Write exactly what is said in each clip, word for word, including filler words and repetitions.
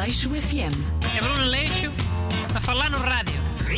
Aleixo F M. É Bruno Aleixo a falar no rádio.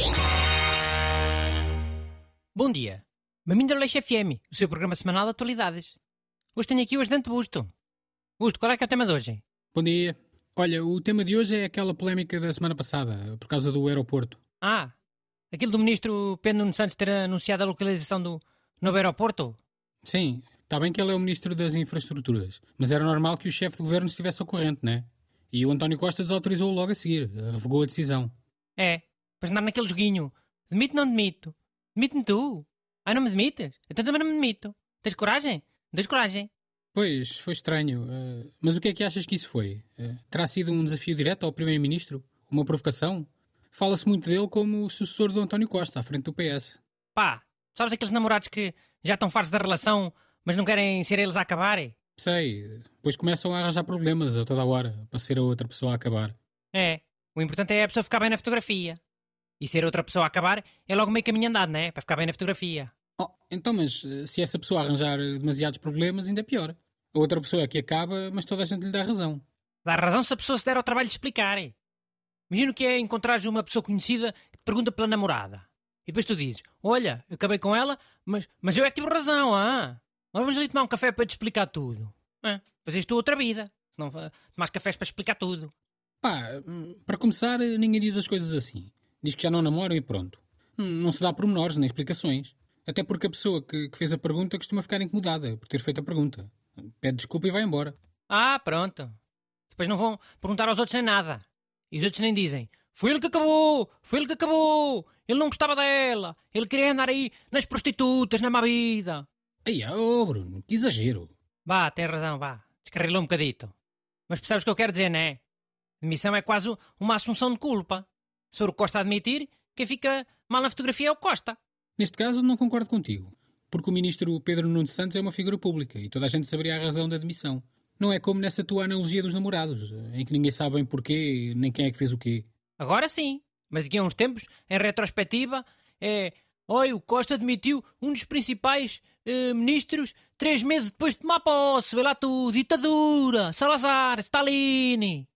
Bom dia. Bem-vindo ao Aleixo F M, o seu programa semanal de atualidades. Hoje tenho aqui o ajudante Busto. Busto, qual é que é o tema de hoje? Bom dia. Olha, o tema de hoje é aquela polémica da semana passada, por causa do aeroporto. Ah, aquilo do ministro Pedro Nuno Santos ter anunciado a localização do novo aeroporto? Sim, está bem que ele é o ministro das infraestruturas, mas era normal que o chefe de governo estivesse ao corrente, não é? E o António Costa desautorizou logo a seguir, revogou a decisão. É, para andar naquele joguinho. Demito não demito? Demite-me tu? Ah, não me demites? Então também não me demito. Tens coragem? Não tens coragem? Pois, foi estranho. Uh, mas o que é que achas que isso foi? Uh, terá sido um desafio direto ao primeiro-ministro? Uma provocação? Fala-se muito dele como o sucessor do António Costa, à frente do P S. Pá, sabes aqueles namorados que já estão fartos da relação, mas não querem ser eles a acabarem? Sei, depois começam a arranjar problemas a toda a hora, para ser a outra pessoa a acabar. É, o importante é a pessoa ficar bem na fotografia. E ser outra pessoa a acabar é logo meio caminho andado, não é? Para ficar bem na fotografia. Oh, então, mas se essa pessoa arranjar demasiados problemas, ainda é pior. A outra pessoa é que acaba, mas toda a gente lhe dá razão. Dá razão se a pessoa se der ao trabalho de explicar. Imagina o que é encontrares uma pessoa conhecida que te pergunta pela namorada. E depois tu dizes, olha, eu acabei com ela, mas, mas eu é que tive razão, ah? Agora vamos ali tomar um café para te explicar tudo. Ah, fazes tu outra vida. Se não tomas cafés para explicar tudo. Pá, para começar, ninguém diz as coisas assim. Diz que já não namoram e pronto. Não se dá pormenores nem explicações. Até porque a pessoa que, que fez a pergunta costuma ficar incomodada por ter feito a pergunta. Pede desculpa e vai embora. Ah, pronto. Depois não vão perguntar aos outros nem nada. E os outros nem dizem, foi ele que acabou, foi ele que acabou. Ele não gostava dela. Ele queria andar aí nas prostitutas, na má vida. Ai, oh Bruno, que exagero. Vá, tem razão, vá. Descarrilou um bocadito. Mas percebes o que eu quero dizer, não é? Demissão é quase uma assunção de culpa. Se for o Costa a admitir, quem fica mal na fotografia é o Costa. Neste caso, não concordo contigo. Porque o ministro Pedro Nuno Santos é uma figura pública e toda a gente saberia a razão da demissão. Não é como nessa tua analogia dos namorados, em que ninguém sabe bem porquê, nem quem é que fez o quê. Agora sim. Mas daqui a uns tempos, em retrospectiva, é... Oi, o Costa demitiu um dos principais eh, ministros três meses depois de tomar posse. Vê lá tu, ditadura, Salazar, Stalin.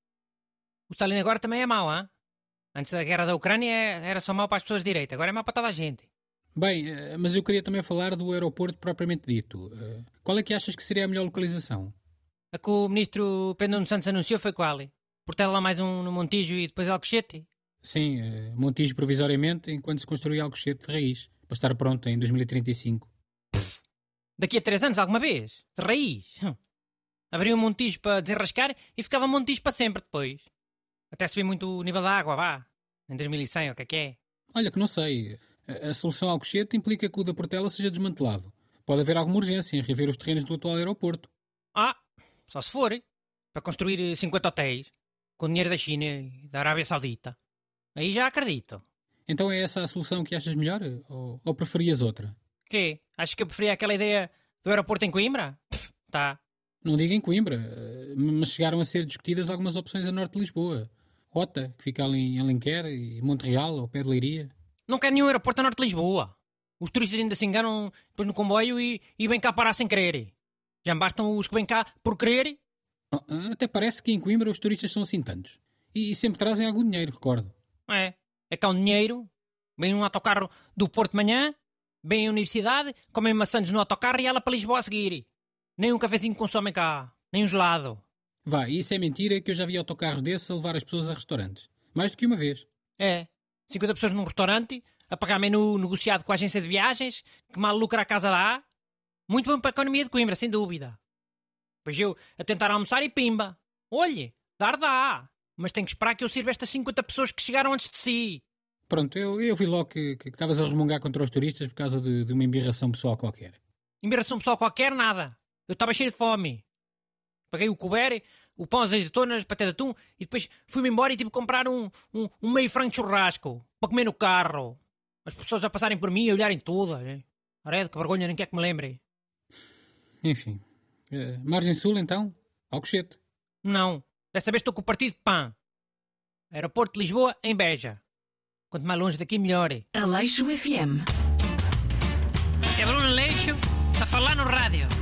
O Stalin agora também é mau, hein? Antes da guerra da Ucrânia era só mau para as pessoas de direita, agora é mau para toda a gente. Bem, mas eu queria também falar do aeroporto propriamente dito. Qual é que achas que seria a melhor localização? A que o ministro Pedro Nuno Santos anunciou foi qual? Portela lá mais um no Montijo e depois Alcochete? Sim, Montijo provisoriamente, enquanto se construía Alcochete de raiz, para estar pronto em dois mil e trinta e cinco. Pff, daqui a três anos, alguma vez? De raiz? Hum. Abriu um Montijo para desenrascar e ficava Montijo para sempre depois. Até subir muito o nível da água, vá. Em dois mil e cem, o que é que é? Olha que não sei. A, a solução Alcochete implica que o da Portela seja desmantelado. Pode haver alguma urgência em rever os terrenos do atual aeroporto. Ah, só se for. Para construir cinquenta hotéis, com dinheiro da China e da Arábia Saudita. Aí já acredito. Então é essa a solução que achas melhor? Ou, ou preferias outra? Quê? Achas que eu preferia aquela ideia do aeroporto em Coimbra? Pff, tá. Não digo em Coimbra, mas chegaram a ser discutidas algumas opções a norte de Lisboa. Rota, que fica ali em Alenquer, e Montreal, ao pé de Leiria. Não quero nenhum aeroporto a norte de Lisboa. Os turistas ainda se enganam depois no comboio e, e vêm cá parar sem querer. Já me bastam os que vêm cá por querer. Até parece que em Coimbra os turistas são assim tantos. E sempre trazem algum dinheiro, recordo. É, é cá um dinheiro. Vem um autocarro do Porto de manhã, vem à universidade, comem maçãs no autocarro e ela para Lisboa a seguir. Nem um cafezinho consomem cá, nem um gelado. Vá, isso é mentira, que eu já vi autocarros desses a levar as pessoas a restaurantes. Mais do que uma vez. É, cinquenta pessoas num restaurante, a pagar menu negociado com a agência de viagens, que mal lucra a casa dá. Muito bom para a economia de Coimbra, sem dúvida. Pois eu a tentar almoçar e pimba. Olhe, dar dá. Mas tem que esperar que eu sirva estas cinquenta pessoas que chegaram antes de si. Pronto, eu, eu vi logo que estavas a resmungar contra os turistas por causa de, de uma embirração pessoal qualquer. Embirração pessoal qualquer, nada. Eu estava cheio de fome. Paguei o couvert, o pão, as azeitonas, paté de atum e depois fui-me embora e tive que comprar um, um, um meio frango de churrasco para comer no carro. As pessoas a passarem por mim e a olharem todas. Ora, que vergonha, nem quer que me lembre. Enfim. Uh, Margem Sul, então? Alcochete. Não. Desta vez estou com o partido de pão. Aeroporto de Lisboa, em Beja. Quanto mais longe daqui, melhor. Aleixo F M. É Bruno Aleixo a falar no rádio.